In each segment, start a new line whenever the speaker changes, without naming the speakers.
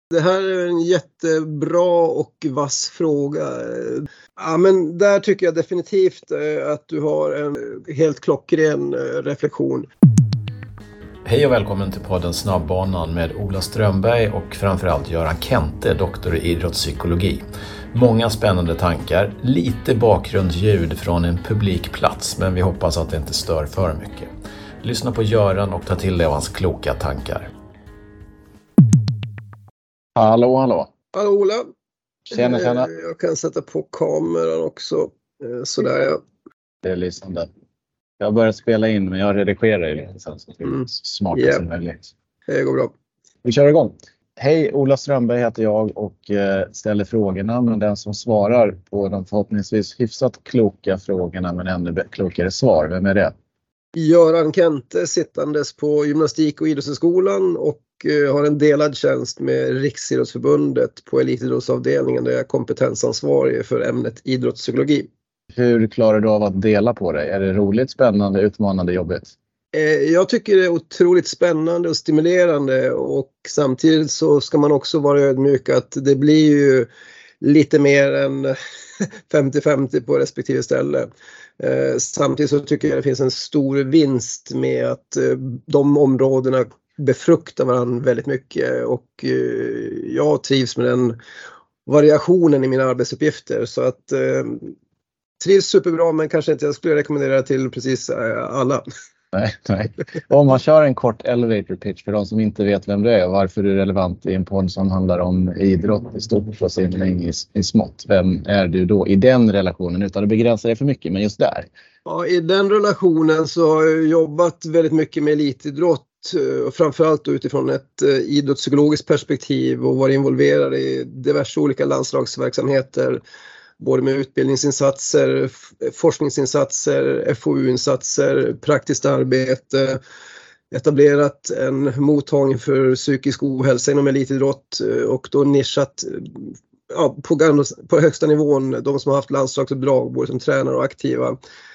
Det här är en jättebra och vass fråga. Ja, men där tycker jag definitivt att du har en helt klockren reflektion.
Hej och välkommen till podden Snabbbanan med Ola Strömberg och framförallt Göran Kente, doktor i idrottspsykologi. Många spännande tankar, lite bakgrundsljud från en publikplats, men vi hoppas att det inte stör för mycket. Lyssna på Göran och ta till dig av hans kloka tankar.
Hallå.
Hallå Ola.
Tjena.
Jag kan sätta på kameran också. Sådär ja.
Det är lysande. Jag börjar spela in men jag redigerar ju lite sen så det är smartast som möjligt.
Det går bra.
Vi kör igång. Hej, Ola Strömberg heter jag och ställer frågorna. Men den som svarar på de förhoppningsvis hyfsat kloka frågorna men ännu klokare svar, vem är det?
Göran Kente, sittandes på gymnastik- och idrottshögskolan och har en delad tjänst med Riksidrottsförbundet på elitidrottsavdelningen där jag är kompetensansvarig för ämnet idrottspsykologi.
Hur klarar du av att dela på dig? Är det roligt, spännande, utmanande, jobbigt?
Jag tycker det är otroligt spännande och stimulerande och samtidigt så ska man också vara ödmjuk att det blir ju lite mer än 50-50 på respektive ställe. Samtidigt så tycker jag det finns en stor vinst med att de områdena befruktar varandra väldigt mycket och jag trivs med den variationen i mina arbetsuppgifter så att trivs superbra men kanske inte jag skulle rekommendera till precis alla.
Nej. Om man kör en kort elevator pitch för de som inte vet vem det är och varför du är relevant i en podd som handlar om idrott i stort och simning i smått. Vem är du då i den relationen utan att begränsa dig för mycket, men just där?
Ja, i den relationen så har jag jobbat väldigt mycket med elitidrott och framförallt utifrån ett idrottspsykologiskt perspektiv och varit involverad i diverse olika landslagsverksamheter. Både med utbildningsinsatser, forskningsinsatser, FoU-insatser, praktiskt arbete, etablerat en mottagning för psykisk ohälsa inom elitidrott och då nischat på högsta nivån de som har haft landslagsuppdrag både som tränare och aktiva.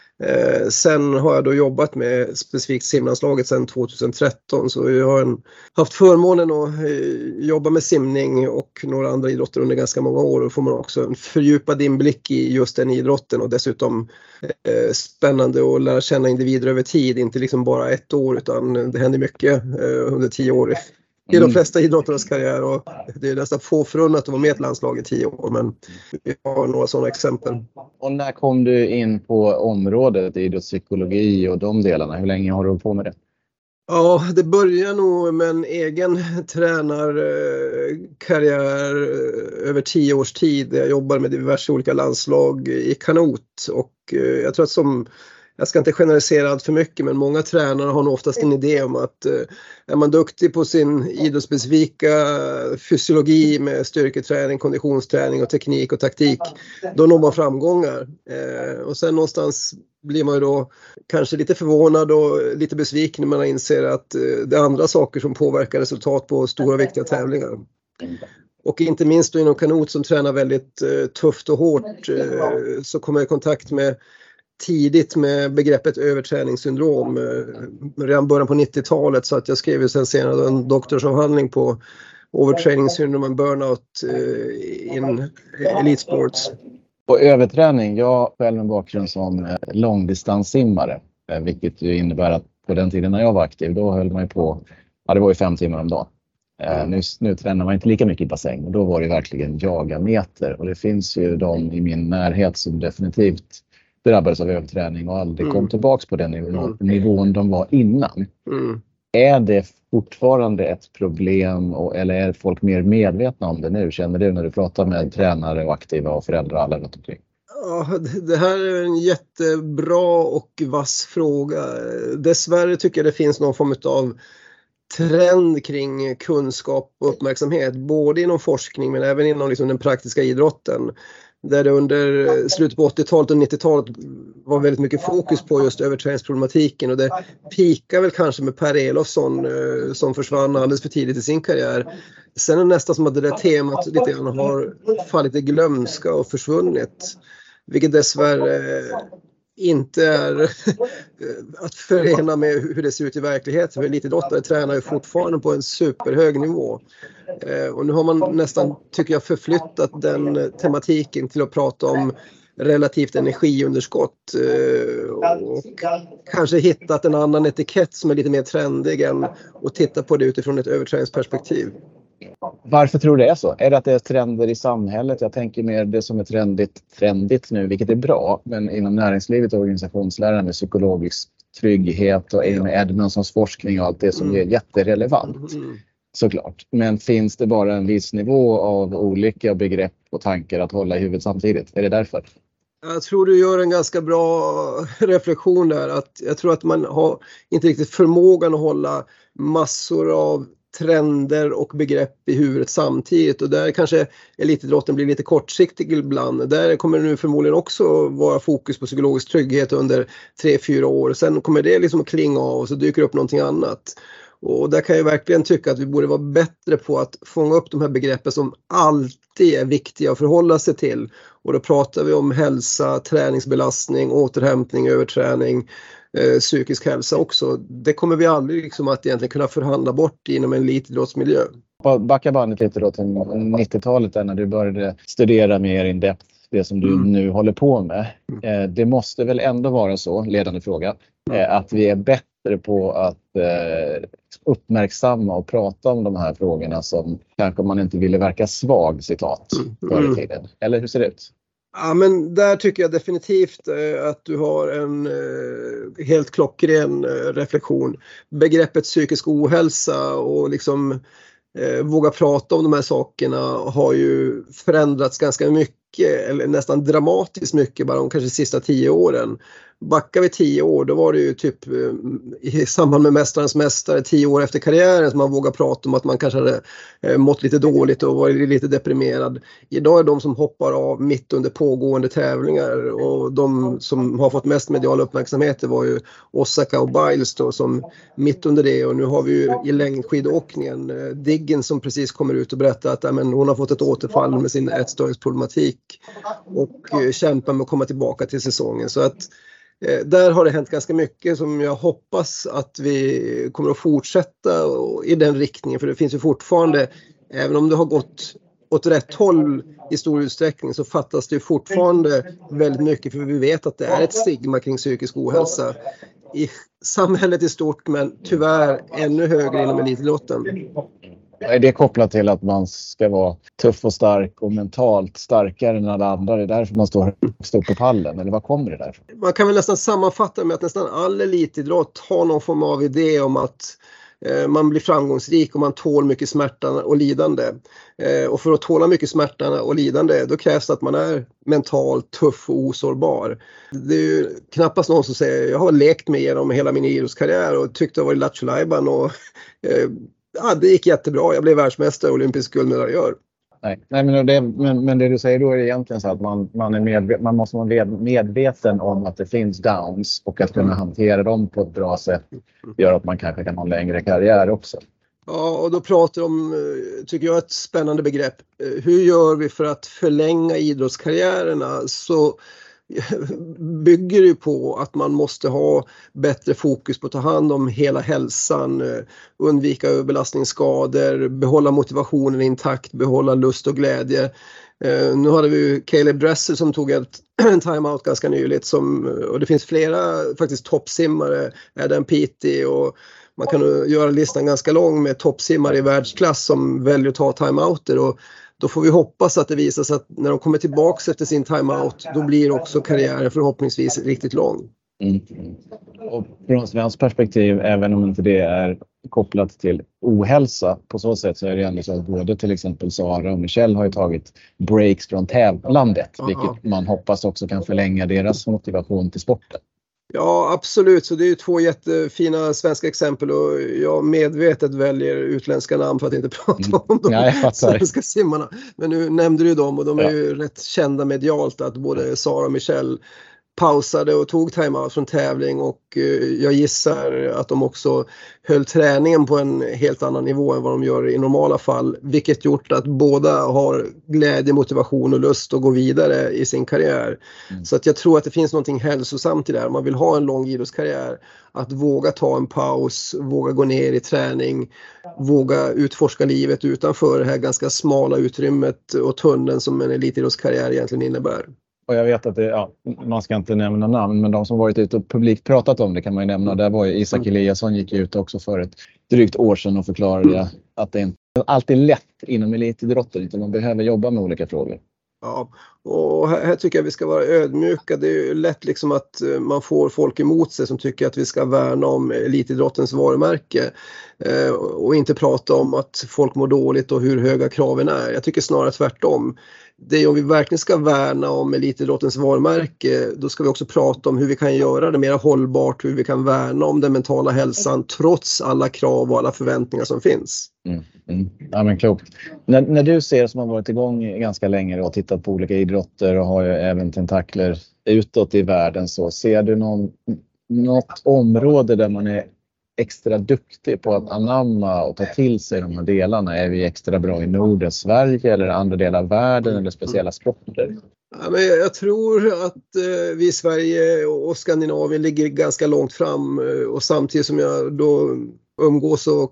Sen har jag då jobbat med specifikt simlandslaget sedan 2013 så jag har haft förmånen att jobba med simning och några andra idrotter under ganska många år och får man också en fördjupad inblick i just den idrotten och dessutom spännande att lära känna individer över tid, inte liksom bara ett år utan det händer mycket under 10 år i de flesta idrottarnas karriär och det är nästan få förunnat att vara med i ett landslag i 10 år men vi har några sådana exempel.
Och när kom du in på området idrottspsykologi och de delarna? Hur länge har du hållit på med det?
Ja, det börjar nog med en egen tränarkarriär över 10 års tid. Jag jobbar med diverse olika landslag i kanot och jag tror att jag ska inte generalisera allt för mycket men många tränare har nog oftast en idé om att är man duktig på sin idrottsspecifika fysiologi med styrketräning, konditionsträning och teknik och taktik då når man framgångar. Och sen någonstans blir man ju då kanske lite förvånad och lite besviken när man inser att det är andra saker som påverkar resultat på stora viktiga tävlingar. Och inte minst då inom kanot som tränar väldigt tufft och hårt så kommer jag i kontakt med tidigt med begreppet överträningssyndrom redan början på 90-talet så att jag skrev ju sen senare en doktorsavhandling på overtraining syndrome and burnout in elite sports.
Och överträning, jag själv en bakgrund som långdistanssimmare vilket ju innebär att på den tiden när jag var aktiv då höll man ju på, det var ju 5 timmar om dagen. Nu tränar man inte lika mycket i bassäng och då var det verkligen jaga meter och det finns ju de i min närhet som definitivt drabbades av överträning och aldrig kom tillbaka på den nivån de var innan. Är det fortfarande ett problem eller är folk mer medvetna om det nu? Känner du när du pratar med tränare och aktiva och föräldrar alla runt omkring?
Ja, det här är en jättebra och vass fråga. Dessvärre tycker jag det finns någon form av trend kring kunskap och uppmärksamhet både inom forskning men även inom liksom den praktiska idrotten. Där det under slutet på 80-talet och 90-talet var väldigt mycket fokus på just överträningsproblematiken och det pikar väl kanske med Per Elofsson som försvann alldeles för tidigt i sin karriär. Sen är det nästan som att det där temat lite grann har fallit i glömska och försvunnit. Vilket dessvärre inte är att förena med hur det ser ut i verkligheten. För elitidrottare tränar ju fortfarande på en superhög nivå. Och nu har man nästan, tycker jag, förflyttat den tematiken till att prata om relativt energiunderskott och kanske hittat en annan etikett som är lite mer trendig än att titta på det utifrån ett överträningsperspektiv.
Varför tror du det är så? Är det att det är trender i samhället? Jag tänker mer det som är trendigt nu, vilket är bra. Men inom näringslivet och organisationslärande med psykologisk trygghet och med Edmundsons forskning och allt det som är jätterelevant. Såklart. Men finns det bara en viss nivå av olika begrepp och tankar att hålla i huvudet samtidigt? Är det därför?
Jag tror du gör en ganska bra reflektion där. Att jag tror att man har inte riktigt förmågan att hålla massor av trender och begrepp i huvudet samtidigt. Och där kanske elitidrotten blir lite kortsiktig ibland. Där kommer det nu förmodligen också vara fokus på psykologisk trygghet under 3-4 år. Sen kommer det liksom att klinga av och så dyker upp någonting annat. Och där kan jag verkligen tycka att vi borde vara bättre på att fånga upp de här begreppen som alltid är viktiga att förhålla sig till. Och då pratar vi om hälsa, träningsbelastning, återhämtning, överträning, psykisk hälsa också. Det kommer vi aldrig liksom att egentligen kunna förhandla bort inom en elitidrottsmiljö.
Backa bandet lite då till 90-talet där när du började studera mer in depth, det som du nu håller på med. Det måste väl ändå vara så, ledande fråga, att vi är bättre på att uppmärksamma och prata om de här frågorna som kanske man inte ville verka svag, citat, förr i tiden. Eller hur ser det ut?
Ja, men där tycker jag definitivt att du har en helt klockren reflektion. Begreppet psykisk ohälsa och liksom våga prata om de här sakerna har ju förändrats ganska mycket, eller nästan dramatiskt mycket bara de kanske sista 10 åren. Backar vi 10 år, då var det ju typ i samband med Mästarens mästare 10 år efter karriären som man vågar prata om att man kanske hade mått lite dåligt och varit lite deprimerad. Idag är de som hoppar av mitt under pågående tävlingar, och de som har fått mest medial uppmärksamhet var ju Osaka och Biles då, som mitt under det, och nu har vi ju i längdskidåkningen Diggen som precis kommer ut och berättar att hon har fått ett återfall med sin ätstörningsproblematik och kämpar med att komma tillbaka till säsongen. Så att där har det hänt ganska mycket som jag hoppas att vi kommer att fortsätta i den riktningen. För det finns ju fortfarande, även om det har gått åt rätt håll i stor utsträckning, så fattas det ju fortfarande väldigt mycket. För vi vet att det är ett stigma kring psykisk ohälsa i samhället i stort, men tyvärr ännu högre inom elitidrotten.
Är det kopplat till att man ska vara tuff och stark och mentalt starkare än alla andra? Det är därför man står upp på pallen? Eller vad kommer det därifrån?
Man kan väl nästan sammanfatta med att nästan all elitidrott har någon form av idé om att man blir framgångsrik och man tål mycket smärta och lidande. Och för att tåla mycket smärta och lidande, då krävs det att man är mentalt tuff och osårbar. Det är ju knappast någon som säger jag har lekt med genom hela min idrottskarriär och tyckte jag var i Lattjo Lajban och det gick jättebra. Jag blev världsmästare och olympisk guldmedaljör.
Men det du säger då är egentligen så att man måste vara medveten om att det finns downs och att kunna hantera dem på ett bra sätt gör att man kanske kan ha en längre karriär också.
Ja, och då pratar vi om, tycker jag, ett spännande begrepp. Hur gör vi för att förlänga idrottskarriärerna? Så bygger det på att man måste ha bättre fokus på att ta hand om hela hälsan, undvika överbelastningsskador, behålla motivationen intakt, behålla lust och glädje. Nu hade vi ju Caleb Dressel som tog en timeout ganska nyligt, och det finns flera faktiskt toppsimmare, Adam Peaty, och man kan göra listan ganska lång med toppsimmare i världsklass som väljer att ta timeouter, och då får vi hoppas att det visar sig att när de kommer tillbaka efter sin timeout, då blir också karriären förhoppningsvis riktigt lång.
Och från svensk perspektiv, även om inte det är kopplat till ohälsa på så sätt, så är det ändå så att både till exempel Sara och Michelle har ju tagit breaks från tävlandet, vilket man hoppas också kan förlänga deras motivation till sporten. Ja,
absolut. Så det är ju 2 jättefina svenska exempel, och jag medvetet väljer utländska namn för att inte prata om de svenska simmarna. Men nu nämnde du dem, och de är ju rätt kända medialt, att både Sara och Michelle pausade och tog timeout från tävling, och jag gissar att de också höll träningen på en helt annan nivå än vad de gör i normala fall, vilket gjort att båda har glädje, motivation och lust att gå vidare i sin karriär. Så att jag tror att det finns någonting hälsosamt i det här. Om man vill ha en lång idrottskarriär, att våga ta en paus, våga gå ner i träning, våga utforska livet utanför det här ganska smala utrymmet och tunneln som en elitidrottskarriär egentligen innebär.
Och jag vet att man ska inte nämna namn, men de som varit ute och publikt pratat om det kan man ju nämna. Där var ju Isak Eliasson, gick ut också för ett drygt år sedan och förklarade att det inte alltid är lätt inom elitidrotten, utan man behöver jobba med olika frågor.
Ja, och här tycker jag vi ska vara ödmjuka. Det är ju lätt liksom att man får folk emot sig som tycker att vi ska värna om elitidrottens varumärke och inte prata om att folk mår dåligt och hur höga kraven är. Jag tycker snarare tvärtom. Det är om vi verkligen ska värna om elitidrottens varumärke, då ska vi också prata om hur vi kan göra det mer hållbart, hur vi kan värna om den mentala hälsan trots alla krav och alla förväntningar som finns.
Ja, men klokt. När du ser, som har varit igång ganska länge och tittat på olika idrotter och har ju även tentakler utåt i världen, så ser du något område där man är extra duktig på att anamma och ta till sig de här delarna? Är vi extra bra i Norden, Sverige eller andra delar av världen eller speciella sporter?
Ja, men jag tror att vi i Sverige och Skandinavien ligger ganska långt fram, och samtidigt som jag då umgås och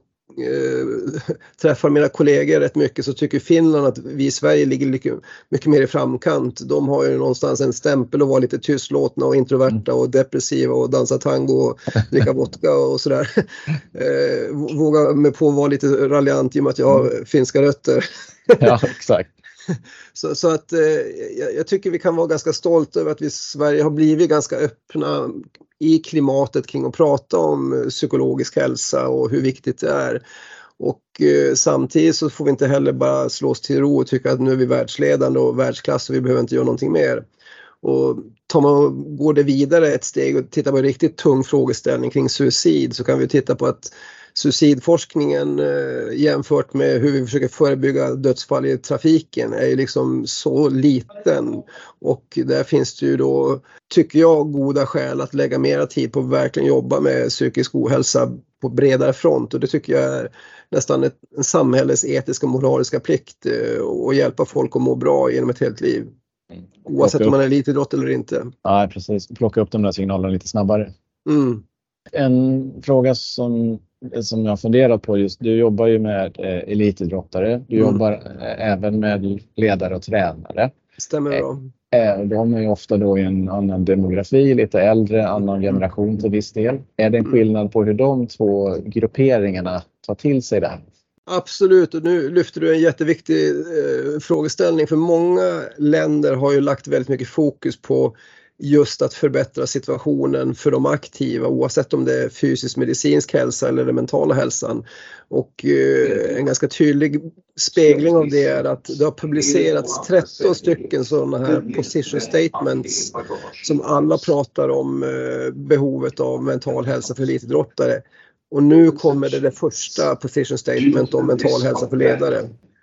träffar mina kollegor rätt mycket, så tycker Finland att vi i Sverige ligger mycket mer i framkant. De har ju någonstans en stämpel att vara lite tystlåtna och introverta och depressiva och dansa tango och dricka vodka och sådär. Våga med på att vara lite raljant i och med att jag har finska rötter.
Ja, exakt.
Så att jag tycker vi kan vara ganska stolta över att vi i Sverige har blivit ganska öppna i klimatet kring att prata om psykologisk hälsa och hur viktigt det är. Och samtidigt så får vi inte heller bara slå oss till ro och tycka att nu är vi världsledande och världsklass och vi behöver inte göra någonting mer. Och går det vidare ett steg och tittar på en riktigt tung frågeställning kring suicid, så kan vi titta på att suicidforskningen jämfört med hur vi försöker förebygga dödsfall i trafiken är ju liksom så liten, och där finns det ju då, tycker jag, goda skäl att lägga mera tid på att verkligen jobba med psykisk ohälsa på bredare front, och det tycker jag är nästan en samhällets etiska och moraliska plikt att hjälpa folk att må bra genom ett helt liv. Oavsett om man är elitidrott eller inte.
Ja, precis. Plocka upp de där signalerna lite snabbare. En fråga som jag har funderat på just, du jobbar ju med elitidrottare, du jobbar även med ledare och tränare.
Stämmer bra.
De är ju ofta då i en annan demografi, lite äldre, annan generation till viss del. Är det en skillnad på hur de två grupperingarna tar till sig det här?
Absolut, och nu lyfter du en jätteviktig frågeställning, för många länder har ju lagt väldigt mycket fokus på just att förbättra situationen för de aktiva, oavsett om det är fysisk medicinsk hälsa eller den mentala hälsan. Och en ganska tydlig spegling av det är att det har publicerats 13 stycken sådana här position statements som alla pratar om behovet av mental hälsa för elitidrottare. Och nu kommer det första position statement om mental hälsa för ledare.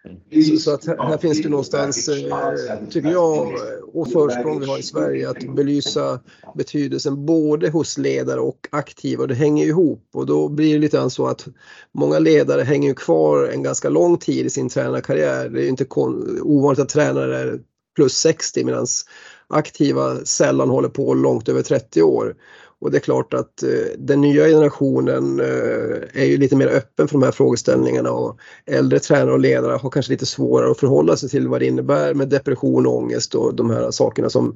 Så att här finns det någonstans, tycker jag, och försprång vi har i Sverige att belysa betydelsen både hos ledare och aktiva, och det hänger ihop, och då blir det lite grann så att många ledare hänger kvar en ganska lång tid i sin tränarkarriär. Det är inte ovanligt att tränare är plus 60 medan aktiva sällan håller på långt över 30 år. Och det är klart att den nya generationen är ju lite mer öppen för de här frågeställningarna, och äldre tränare och ledare har kanske lite svårare att förhålla sig till vad det innebär med depression och ångest och de här sakerna som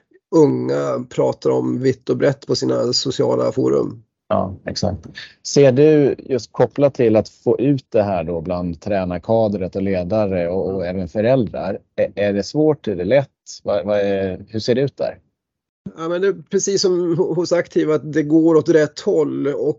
unga pratar om vitt och brett på sina sociala forum.
Ja, exakt. Ser du, just kopplat till att få ut det här då bland tränarkadret och ledare och även föräldrar, är det svårt, är det lätt? Hur ser det ut där?
Ja, men det är precis som hos aktiva att det går åt rätt håll, och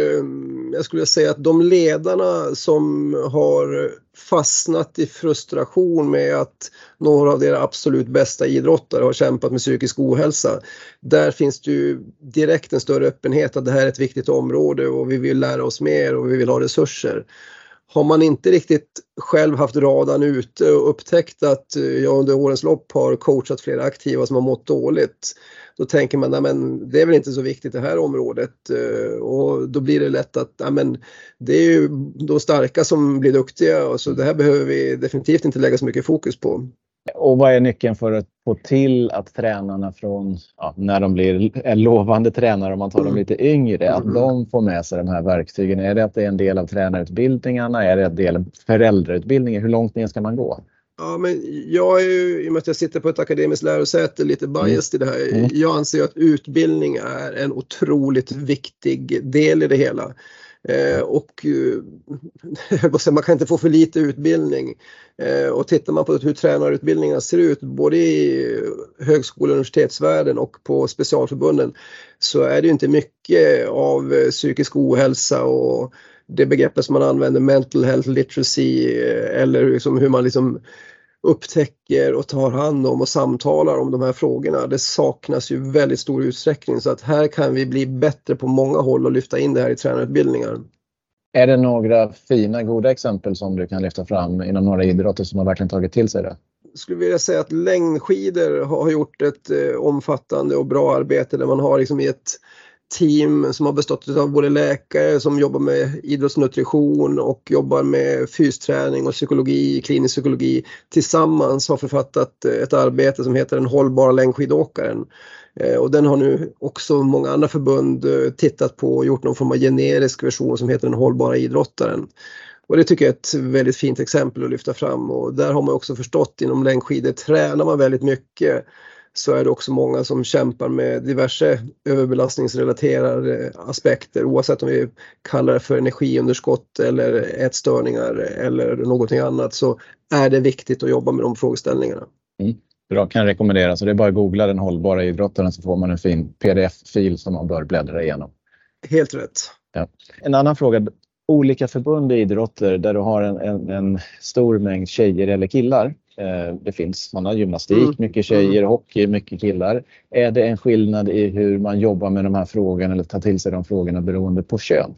jag skulle säga att de ledarna som har fastnat i frustration med att några av deras absolut bästa idrottare har kämpat med psykisk ohälsa, där finns det ju direkt en större öppenhet att det här är ett viktigt område och vi vill lära oss mer och vi vill ha resurser. har man inte riktigt själv haft radarn ute och upptäckt att jag under årens lopp har coachat flera aktiva som har mått dåligt, då tänker man men det är väl inte så viktigt det här området, och då blir det lätt att det är ju de starka som blir duktiga, och så det här behöver vi definitivt inte lägga så mycket fokus på.
Och vad är nyckeln för att få till att tränarna från, när de blir lovande tränare, om man tar dem lite yngre, att de får med sig de här verktygen? Är det att det är en del av tränarutbildningarna? Är det en del av föräldrautbildningen? Hur långt ner ska man gå?
Ja, men jag är ju, i och med att jag sitter på ett akademiskt lärosäte, lite biased i det här. Jag anser att utbildning är en otroligt viktig del i det hela. Och man kan inte få för lite utbildning. Och tittar man på hur tränarutbildningarna ser ut både i högskole- och universitetsvärlden och på specialförbunden, så är det ju inte mycket av psykisk ohälsa och det begreppet som man använder, mental health literacy, eller liksom hur man liksom upptäcker och tar hand om och samtalar om de här frågorna. Det saknas ju väldigt stor utsträckning, så att här kan vi bli bättre på många håll och lyfta in det här i tränarutbildningar.
Är det några fina, goda exempel som du kan lyfta fram inom några idrotter som har verkligen tagit till sig det?
Jag skulle vilja säga att längdskidor har gjort ett omfattande och bra arbete där man har liksom i ett team som har bestått av både läkare som jobbar med idrottsnutrition och jobbar med fysträning och psykologi, klinisk psykologi, tillsammans har författat ett arbete som heter Den hållbara längdskidåkaren. Och den har nu också många andra förbund tittat på och gjort någon form av generisk version som heter Den hållbara idrottaren. Och det tycker jag är ett väldigt fint exempel att lyfta fram, och där har man också förstått inom längdskidor tränar man väldigt mycket, så är det också många som kämpar med diverse överbelastningsrelaterade aspekter, oavsett om vi kallar det för energiunderskott eller ätstörningar eller någonting annat, så är det viktigt att jobba med de frågeställningarna.
Bra, kan rekommendera. Så det är bara att googla Den hållbara idrottaren så får man en fin pdf-fil som man bör bläddra igenom.
Helt rätt.
Ja. En annan fråga. Olika förbund i idrotter där du har en stor mängd tjejer eller killar. Det finns sådana, gymnastik, mycket tjejer, hockey, mycket killar. Är det en skillnad i hur man jobbar med de här frågorna eller tar till sig de frågorna beroende på kön?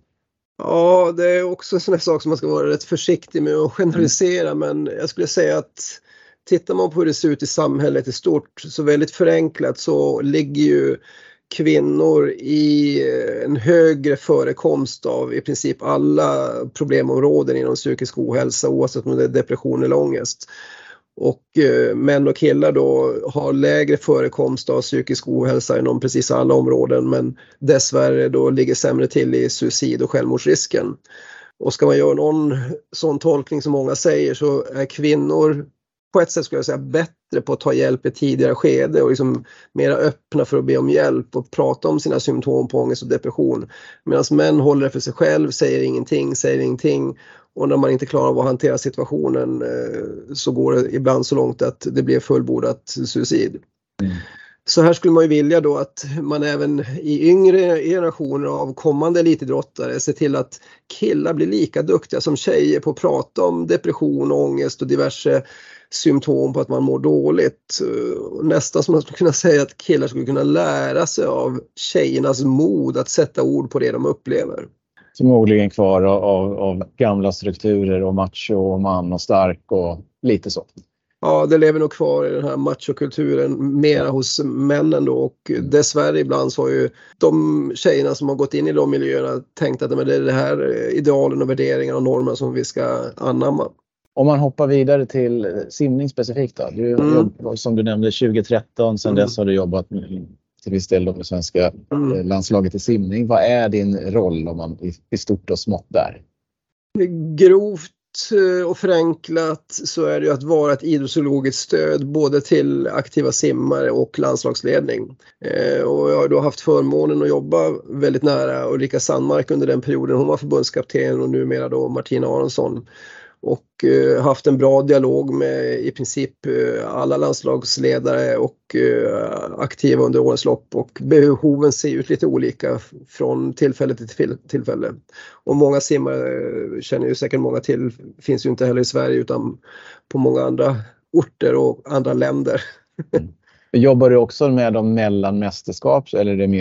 Ja, det är också en sån här sak som man ska vara rätt försiktig med att generalisera, men jag skulle säga att tittar man på hur det ser ut i samhället i stort, så väldigt förenklat så ligger ju kvinnor i en högre förekomst av i princip alla problemområden inom psykisk ohälsa, oavsett om det är depression eller ångest. Och män och killar då har lägre förekomst av psykisk ohälsa inom precis alla områden, men dessvärre då ligger sämre till i suicid- och självmordsrisken. Och ska man göra någon sån tolkning som många säger, så är kvinnor på ett sätt skulle jag säga bättre på att ta hjälp i tidigare skede och liksom mera öppna för att be om hjälp och prata om sina symptom på ångest och depression. Medan män håller det för sig själv, säger ingenting. Och när man inte klarar av att hantera situationen så går det ibland så långt att det blir fullbordat suicid. Så här skulle man ju vilja då att man även i yngre generationer av kommande elitidrottare ser till att killar blir lika duktiga som tjejer på att prata om depression, ångest och diverse symptom på att man mår dåligt. Nästan som man skulle kunna säga att killar skulle kunna lära sig av tjejernas mod att sätta ord på det de upplever.
Förmodligen kvar av gamla strukturer och macho och man och stark och lite så.
Ja, det lever nog kvar i den här machokulturen mera hos männen då, och dessvärre ibland så har ju de tjejerna som har gått in i de miljöerna tänkt att det är det här idealen och värderingar och normer som vi ska anamma.
Om man hoppar vidare till simning specifikt då. Du jobbar, som du nämnde, 2013, sedan dess har du jobbat till viss del med svenska landslaget i simning. Vad är din roll om man i stort och smått där?
Grovt och förenklat så är det ju att vara ett idrottspsykologiskt stöd både till aktiva simmare och landslagsledning. Och jag har då haft förmånen att jobba väldigt nära Ulrika Sandmark under den perioden. Hon var förbundskapten och numera då Martina Aronsson. Och haft en bra dialog med i princip alla landslagsledare och aktiva under årens lopp, och behoven ser ut lite olika från tillfälle till tillfälle. Och många simmare känner ju säkert många till, finns ju inte heller i Sverige utan på många andra orter och andra länder.
Jobbar du också med de mellanmästerskaps eller är det mer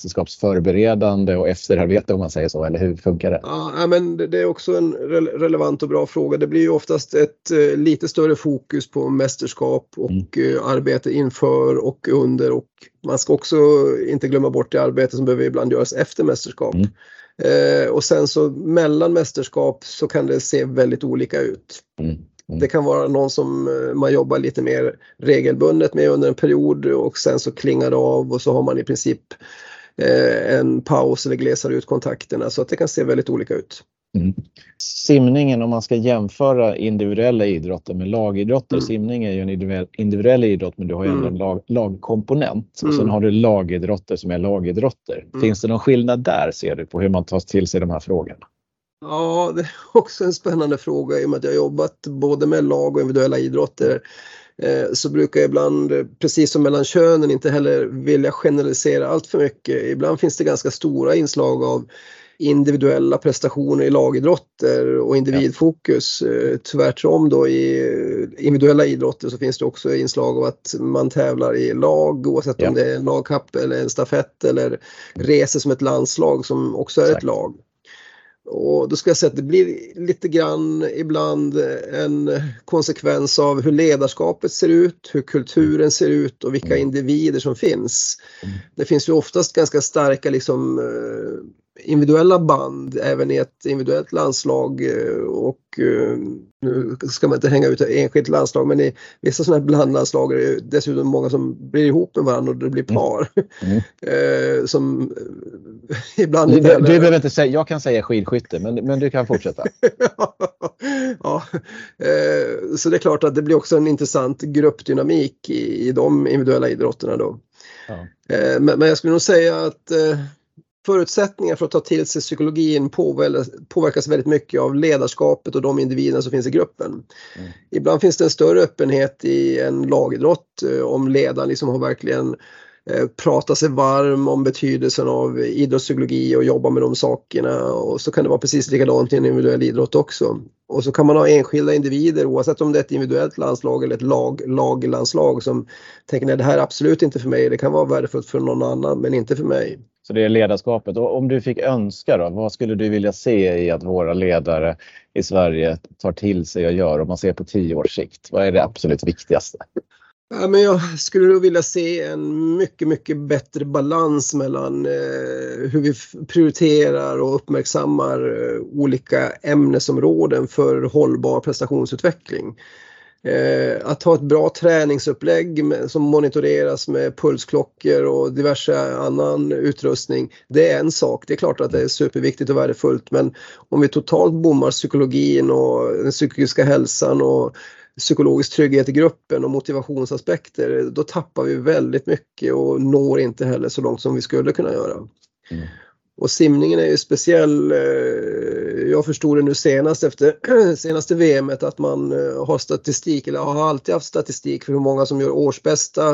mästerskapsförberedande och efterarbete om man säger så, eller hur funkar det?
Ja, men det är också en relevant och bra fråga. Det blir ju oftast ett lite större fokus på mästerskap och arbete inför och under, och man ska också inte glömma bort det arbete som behöver ibland göras efter mästerskap. Och sen så mellan mästerskap så kan det se väldigt olika ut. Det kan vara någon som man jobbar lite mer regelbundet med under en period och sen så klingar det av och så har man i princip en paus eller glesar ut kontakterna, så att det kan se väldigt olika ut.
Simningen, om man ska jämföra individuella idrotter med lagidrotter, simning är ju en individuell idrott, men du har ju ändå en lagkomponent och sen har du lagidrotter som är lagidrotter. Finns det någon skillnad där, ser du, på hur man tar till sig de här frågorna?
Ja, det är också en spännande fråga i och med att jag har jobbat både med lag och individuella idrotter. Så brukar jag ibland, precis som mellan könen, inte heller vilja generalisera allt för mycket. Ibland finns det ganska stora inslag av individuella prestationer i lagidrotter och individfokus. Tvärtom då i individuella idrotter så finns det också inslag av att man tävlar i lag, oavsett om det är en lagkapp eller en stafett eller reser som ett landslag som också är ett lag. Och då ska jag säga att det blir lite grann ibland en konsekvens av hur ledarskapet ser ut, hur kulturen ser ut och vilka individer som finns. Det finns ju oftast ganska starka liksom individuella band även i ett individuellt landslag, och nu ska man inte hänga ut ett enskilt landslag, men i vissa sådana här blandlandslag är det dessutom många som blir ihop med varandra och det blir par. Som ibland
du behöver inte säga, jag kan säga skidskytte, men du kan fortsätta.
Så det är klart att det blir också en intressant gruppdynamik i de individuella idrotterna då. Men jag skulle nog säga att förutsättningar för att ta till sig psykologin påverkas väldigt mycket av ledarskapet och de individer som finns i gruppen. Ibland finns det en större öppenhet i en lagidrott om ledaren liksom har verkligen pratat sig varm om betydelsen av idrottspsykologi och jobba med de sakerna, och så kan det vara precis likadant i en individuell idrott också. Och så kan man ha enskilda individer, oavsett om det är ett individuellt landslag eller ett laglandslag, som tänker att det här är absolut inte för mig, det kan vara värdefullt för någon annan men inte för mig.
Så det är ledarskapet. Och om du fick önska då, vad skulle du vilja se i att våra ledare i Sverige tar till sig och gör, om man ser på 10 års sikt? Vad är det absolut viktigaste?
Ja, men jag skulle nog vilja se en mycket, mycket bättre balans mellan hur vi prioriterar och uppmärksammar olika ämnesområden för hållbar prestationsutveckling. Att ha ett bra träningsupplägg som monitoreras med pulsklockor och diverse annan utrustning, det är en sak. Det är klart att det är superviktigt och värdefullt, men om vi totalt bommar psykologin och den psykiska hälsan och psykologisk trygghet i gruppen och motivationsaspekter, då tappar vi väldigt mycket och når inte heller så långt som vi skulle kunna göra. Och simningen är ju speciell. Jag förstod det nu senast efter senaste VM:et att man har statistik, eller har alltid haft statistik för hur många som gör årsbästa,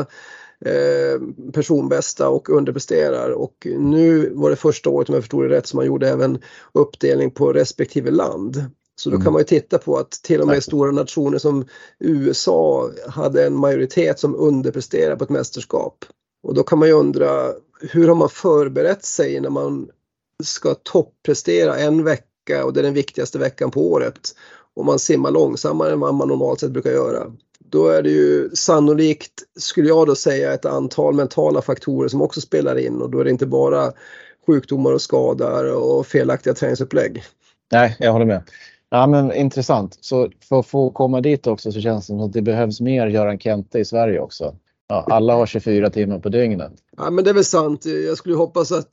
personbästa och underpresterar. Och nu var det första året, om jag förstod det rätt, som man gjorde även uppdelning på respektive land. Så då kan man ju titta på att till och med stora nationer som USA hade en majoritet som underpresterar på ett mästerskap. Och då kan man ju undra, hur har man förberett sig när man ska topprestera en vecka, och det är den viktigaste veckan på året, och man simmar långsammare än vad man normalt sett brukar göra. Då är det ju sannolikt, skulle jag då säga, ett antal mentala faktorer som också spelar in, och då är det inte bara sjukdomar och skador och felaktiga träningsupplägg.
Nej, jag håller med. Ja, men intressant. Så för att få komma dit också så känns det som att det behövs mer Göran Kente i Sverige också. Ja, alla har 24 timmar på dygnet.
Ja, men det är väl sant. Jag skulle hoppas att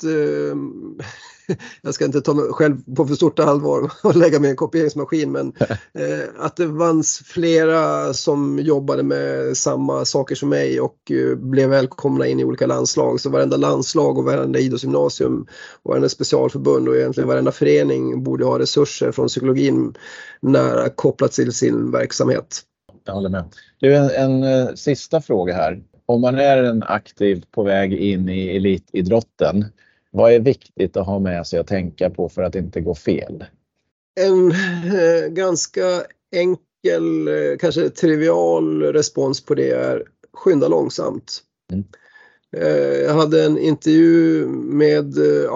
jag ska inte ta mig själv på för stort allvar och lägga mig i en kopieringsmaskin, men att det fanns flera som jobbade med samma saker som mig och blev välkomna in i olika landslag. Så varenda landslag och varenda idrottsgymnasium och varenda specialförbund och egentligen varenda förening borde ha resurser från psykologin nära kopplat till sin verksamhet.
Jag håller med. Du, en sista fråga här. Om man är en aktiv på väg in i elitidrotten, vad är viktigt att ha med sig och tänka på för att inte gå fel?
En ganska enkel, kanske trivial respons på det är skynda långsamt. Jag hade en intervju med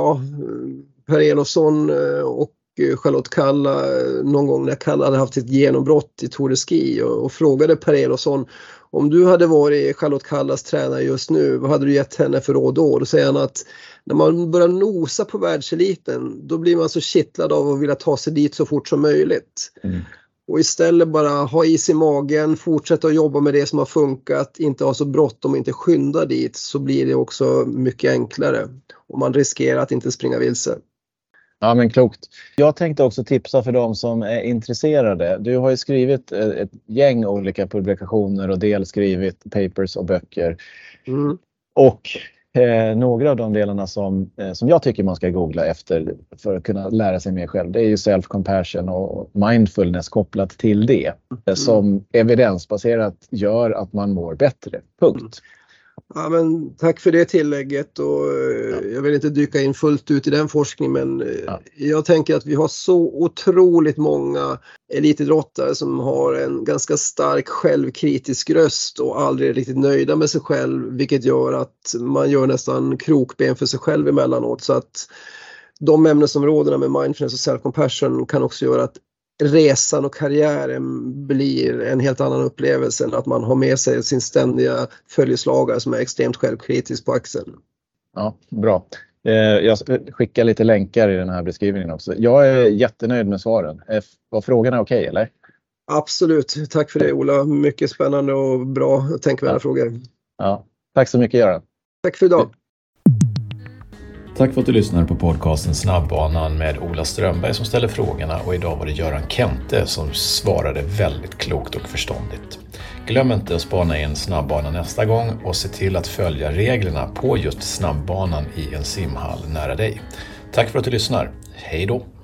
Per Elofsson och Charlotte Kalla någon gång när Kalla hade haft ett genombrott i Tour de Ski och frågade Per Elofsson: om du hade varit Charlotte Kallas tränare just nu, vad hade du gett henne för råd då? Då säger han att när man börjar nosa på världseliten, då blir man så kittlad av att vilja ta sig dit så fort som möjligt. Och istället bara ha is i magen, fortsätta att jobba med det som har funkat, inte ha så bråttom och inte skynda dit, så blir det också mycket enklare. Och man riskerar att inte springa vilse.
Ja, men klokt. Jag tänkte också tipsa för de som är intresserade. Du har ju skrivit ett gäng olika publikationer och dels skrivit papers och böcker. Och några av de delarna som jag tycker man ska googla efter för att kunna lära sig mer själv, det är ju self-compassion och mindfulness kopplat till det. Som evidensbaserat gör att man mår bättre. Punkt.
Ja, men tack för det tillägget, och jag vill inte dyka in fullt ut i den forskningen, men jag tänker att vi har så otroligt många elitidrottare som har en ganska stark självkritisk röst och aldrig är riktigt nöjda med sig själv, vilket gör att man gör nästan krokben för sig själv emellanåt. Så att de ämnesområdena med mindfulness och self-compassion kan också göra att resan och karriären blir en helt annan upplevelse än att man har med sig sin ständiga följeslagare som är extremt självkritisk på axeln.
Ja, bra. Jag skickar lite länkar i den här beskrivningen också. Jag är jättenöjd med svaren. Var frågorna okej, eller?
Absolut. Tack för det, Ola. Mycket spännande och bra tänkvärda frågor.
Ja. Tack så mycket, Göran.
Tack för idag.
Tack för att du lyssnade på podcasten Snabbbanan med Ola Strömberg som ställer frågorna, och idag var det Göran Kente som svarade väldigt klokt och förståndigt. Glöm inte att spana in Snabbbanan nästa gång och se till att följa reglerna på just Snabbbanan i en simhall nära dig. Tack för att du lyssnar. Hej då!